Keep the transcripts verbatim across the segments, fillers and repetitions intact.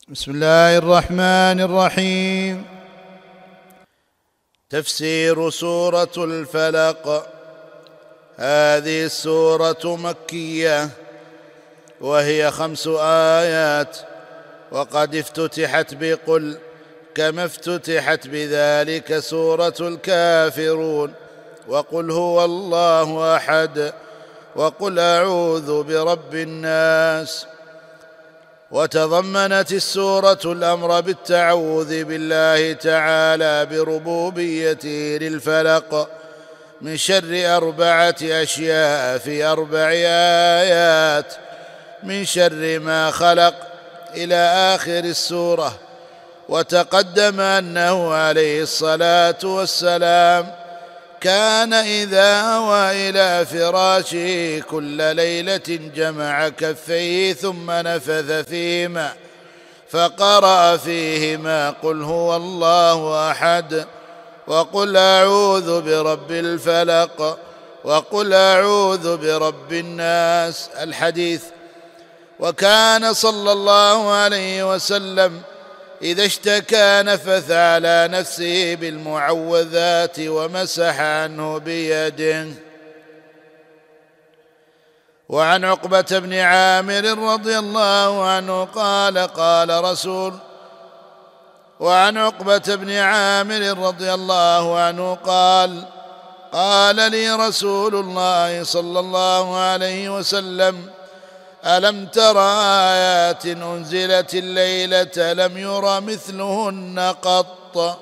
بسم الله الرحمن الرحيم. تفسير سورة الفلق. هذه السورة مكية وهي خمس آيات، وقد افتتحت بقل كما افتتحت بذلك سورة الكافرون، وقل هو الله أحد، وقل أعوذ برب الناس. وتضمنت السورة الأمر بالتعوذ بالله تعالى بربوبيته للفلق من شر أربعة أشياء في أربع آيات، من شر ما خلق إلى آخر السورة. وتقدم أنه عليه الصلاة والسلام كان إذا أوى إلى فراشه كل ليلة جمع كفيه ثم نفث فيهما فقرأ فيهما قل هو الله أحد، وقل أعوذ برب الفلق، وقل أعوذ برب الناس. الحديث. وكان صلى الله عليه وسلم إذا اشتكى نفث على نفسه بالمعوذات ومسح عنه بيده. وعن عقبة بن عامر رضي الله عنه قال قال رسول وعن عقبة بن عامر رضي الله عنه قال قال لي رسول الله صلى الله عليه وسلم: ألم تر آيات أنزلت الليلة لم ير مثلهن قط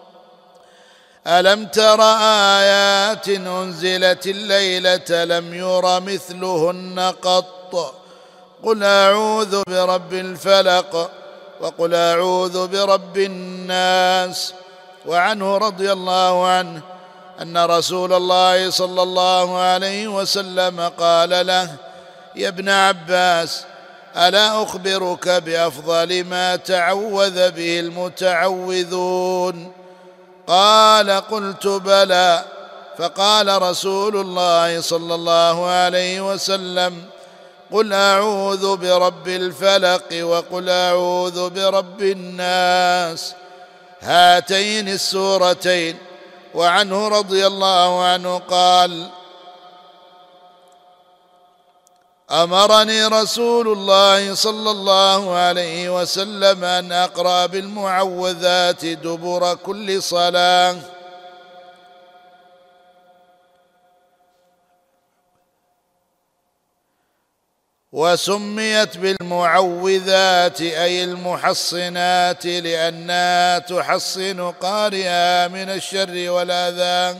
ألم تر آيات أنزلت الليلة لم ير مثلهن قط قل أعوذ برب الفلق، وقل أعوذ برب الناس. وعنه رضي الله عنه أن رسول الله صلى الله عليه وسلم قال له: يا ابن عباس، ألا أخبرك بأفضل ما تعوذ به المتعوذون؟ قال: قلت بلى. فقال رسول الله صلى الله عليه وسلم: قل أعوذ برب الفلق، وقل أعوذ برب الناس، هاتين السورتين. وعنه رضي الله عنه قال: أمرني رسول الله صلى الله عليه وسلم أن أقرأ بالمعوذات دبر كل صلاة. وسميت بالمعوذات أي المحصنات لأنها تحصن قارئها من الشر والأذى.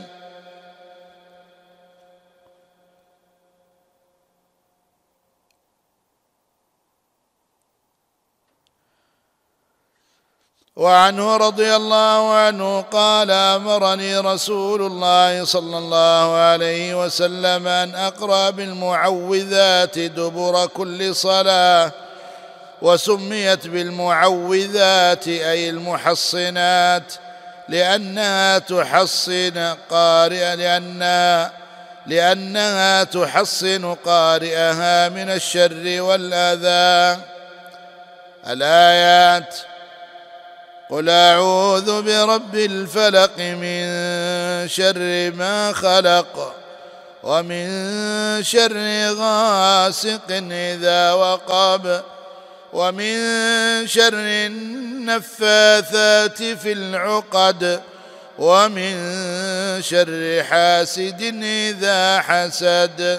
وعنه رضي الله عنه قال: أمرني رسول الله صلى الله عليه وسلم أن أقرأ بالمعوذات دبر كل صلاة. وسميت بالمعوذات أي المحصنات لأنها تحصن قارئ لأنها, لأنها تحصن قارئها من الشر والأذى. الآيات: قل أعوذ برب الفلق من شر ما خلق، ومن شر غاسق إذا وقب، ومن شر النفاثات في العقد، ومن شر حاسد إذا حسد.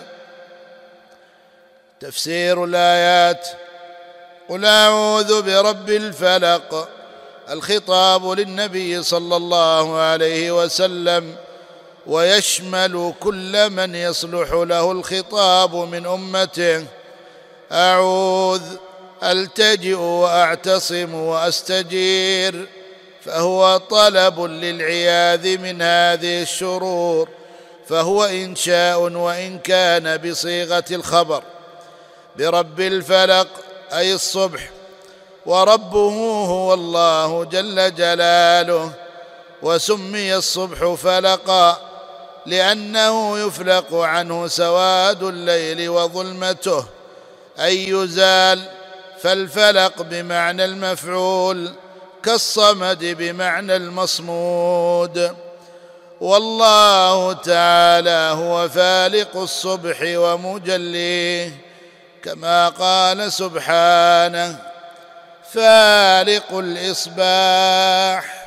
تفسير الآيات. قل أعوذ برب الفلق، الخطاب للنبي صلى الله عليه وسلم، ويشمل كل من يصلح له الخطاب من أمته. أعوذ ألتجئ وأعتصم وأستجير، فهو طلب للعياذ من هذه الشرور، فهو إنشاء وإن كان بصيغة الخبر. برب الفلق أي الصبح، وربه هو الله جل جلاله. وسمي الصبح فلقا لأنه يفلق عنه سواد الليل وظلمته، أي يزال فالفلق بمعنى المفعول، كالصمد بمعنى المصمود. والله تعالى هو فالق الصبح ومجليه، كما قال سبحانه: فالق الإصباح.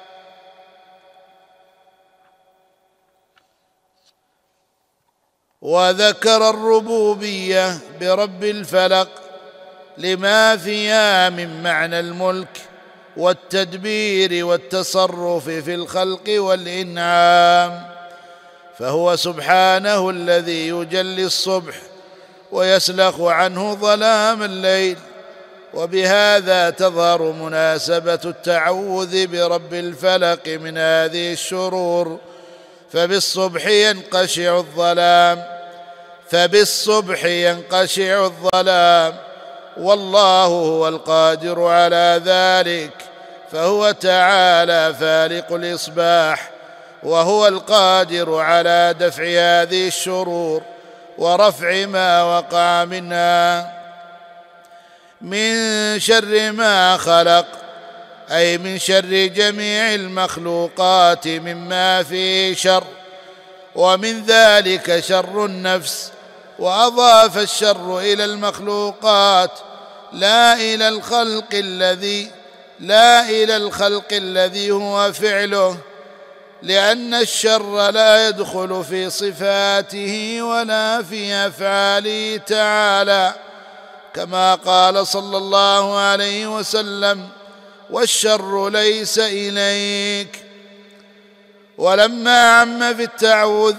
وذكر الربوبية برب الفلق لما فيها من معنى الملك والتدبير والتصرف في الخلق والإنعام، فهو سبحانه الذي يجلي الصبح ويسلخ عنه ظلام الليل. وبهذا تظهر مناسبة التعوذ برب الفلق من هذه الشرور، فبالصبح ينقشع الظلام فبالصبح ينقشع الظلام والله هو القادر على ذلك، فهو تعالى فالق الإصباح، وهو القادر على دفع هذه الشرور ورفع ما وقع منها من شر ما خلق، أي من شر جميع المخلوقات مما فيه شر، ومن ذلك شر النفس. وأضاف الشر إلى المخلوقات لا إلى الخلق الذي لا إلى الخلق الذي هو فعله، لأن الشر لا يدخل في صفاته ولا في أفعاله تعالى، كما قال صلى الله عليه وسلم: والشر ليس إليك. ولما عم في التعوذ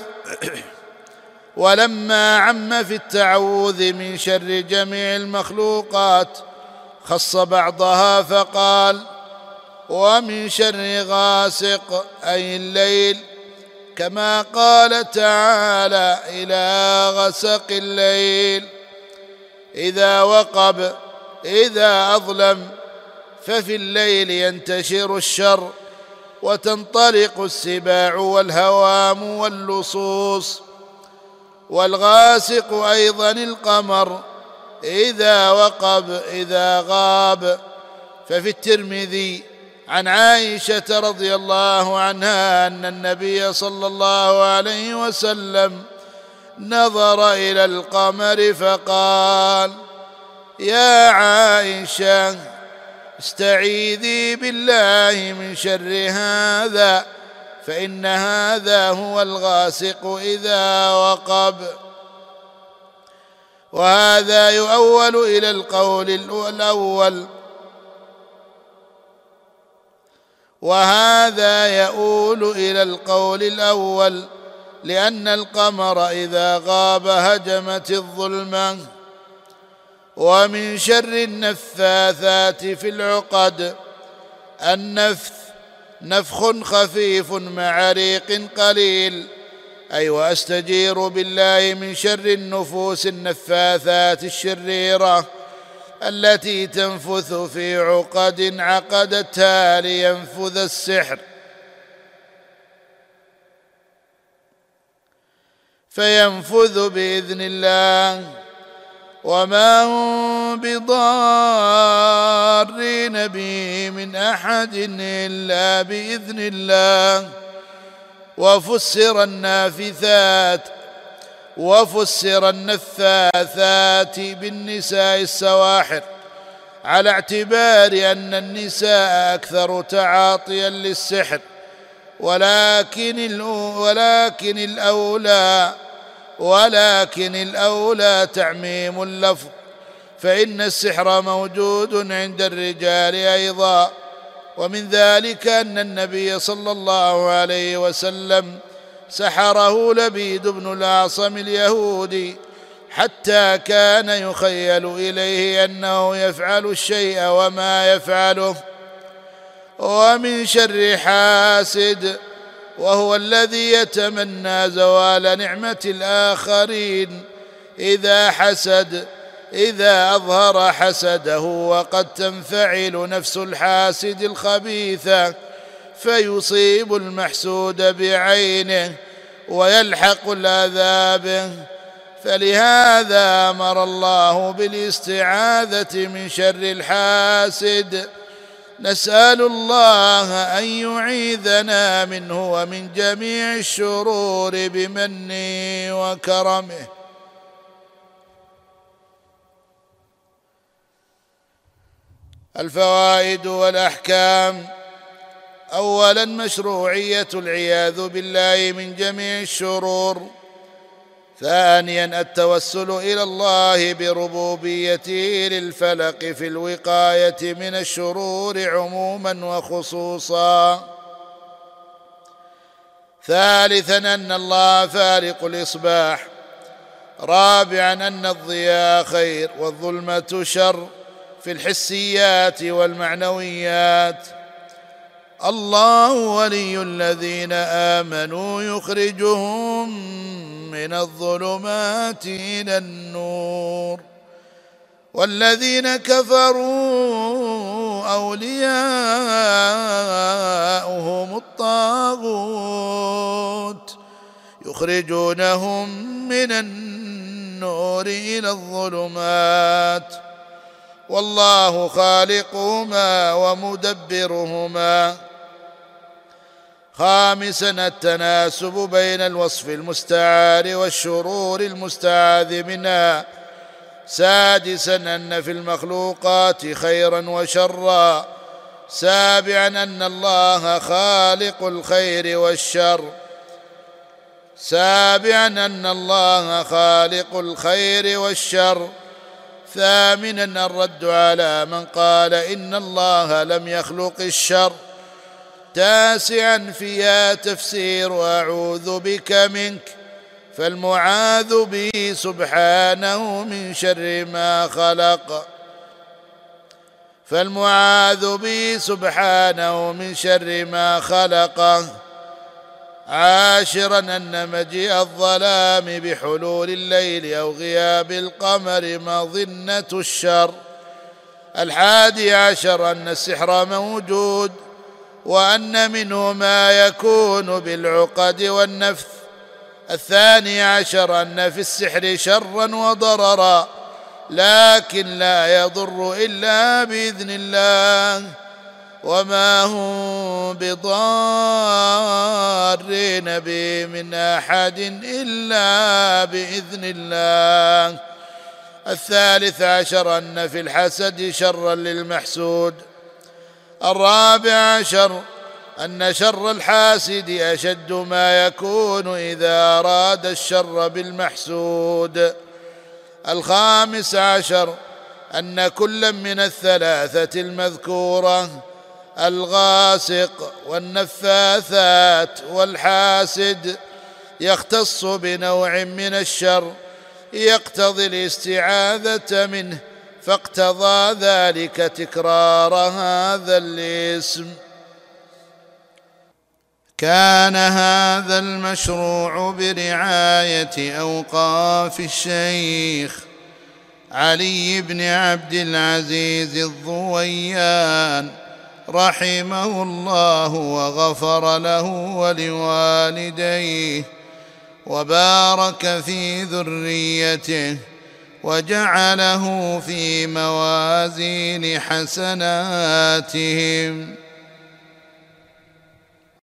ولما عم في التعوذ من شر جميع المخلوقات خص بعضها فقال: ومن شر غاسق، أي الليل، كما قال تعالى: إلى غسق الليل إذا وقب إذا أظلم. ففي الليل ينتشر الشر وتنطلق السباع والهوام واللصوص. والغاسق أيضا القمر إذا وقب إذا غاب. ففي الترمذي عن عائشة رضي الله عنها أن النبي صلى الله عليه وسلم نظر إلى القمر فقال: يا عائشة، استعيذي بالله من شر هذا، فإن هذا هو الغاسق إذا وقب. وهذا يؤول إلى القول الأول وهذا يؤول إلى القول الأول لأن القمر إذا غاب هجمت الظلمة. ومن شر النفاثات في العقد. النفث نفخ خفيف مع ريق قليل، أي وأستجير بالله من شر النفوس النفاثات الشريرة التي تنفث في عقد عقدتها لينفذ السحر، فينفذ بإذن الله، وما هم بضارين به من أحد إلا بإذن الله. وفسر النافثات وفسر النفاثات بالنساء السواحر، على اعتبار أن النساء أكثر تعاطيا للسحر، ولكن ولكن الأولى ولكن الأولى تعميم اللفظ، فإن السحر موجود عند الرجال أيضا. ومن ذلك أن النبي صلى الله عليه وسلم سحره لبيد بن الأعصم اليهودي، حتى كان يخيل إليه أنه يفعل الشيء وما يفعله. ومن شر حاسد، وهو الذي يتمنى زوال نعمة الآخرين إذا حسد إذا أظهر حسده، وقد تنفعل نفس الحاسد الخبيثة فيصيب المحسود بعينه ويلحق الأذى به، فلهذا أمر الله بالاستعاذة من شر الحاسد. نسأل الله أن يعيذنا منه ومن جميع الشرور بمنه وكرمه. الفوائد والأحكام. أولا، مشروعية العياذ بالله من جميع الشرور. ثانيا، التوسل إلى الله بربوبيته للفلق في الوقاية من الشرور عموما وخصوصا. ثالثا، أن الله فارق الإصباح. رابعا، أن الضياء خير والظلمة شر في الحسيات والمعنويات. الله ولي الذين آمنوا يخرجهم من الظلمات إلى النور، والذين كفروا أولياؤهم الطاغوت يخرجونهم من النور إلى الظلمات، والله خالقهما ومدبرهما. خامسا، التناسب بين الوصف المستعار والشرور المستعاذ منها. سادسا، أن في المخلوقات خيرا وشرا. سابعا، أن الله خالق الخير والشر. سابعا أن الله خالق الخير والشر. ثامنا، الرد على من قال إن الله لم يخلق الشر. تاسعا، فيها تفسير أعوذ بك منك، فالمعاذ به سبحانه من شر ما خلق. فالمعاذ به سبحانه من شر ما خلق. عاشرا، أن مجيء الظلام بحلول الليل أو غياب القمر مظنة الشر. الحادي عشر، أن السحر موجود، وأن منه ما يكون بالعقد والنفث. الثاني عشر، أن في السحر شرا وضررا، لكن لا يضر إلا بإذن الله، وما هم بضارين به من أحد إلا بإذن الله. الثالث عشر، أن في الحسد شرا للمحسود. الرابع عشر، أن شر الحاسد أشد ما يكون إذا أراد الشر بالمحسود. الخامس عشر، أن كل من الثلاثة المذكورة، الغاسق والنفاثات والحاسد، يختص بنوع من الشر يقتضي الاستعاذة منه، فاقتضى ذلك تكرار هذا الاسم. كان هذا المشروع برعاية أوقاف الشيخ علي بن عبد العزيز الضويان رحمه الله وغفر له ولوالديه، وبارك في ذريته، وجعله في موازين حسناتهم.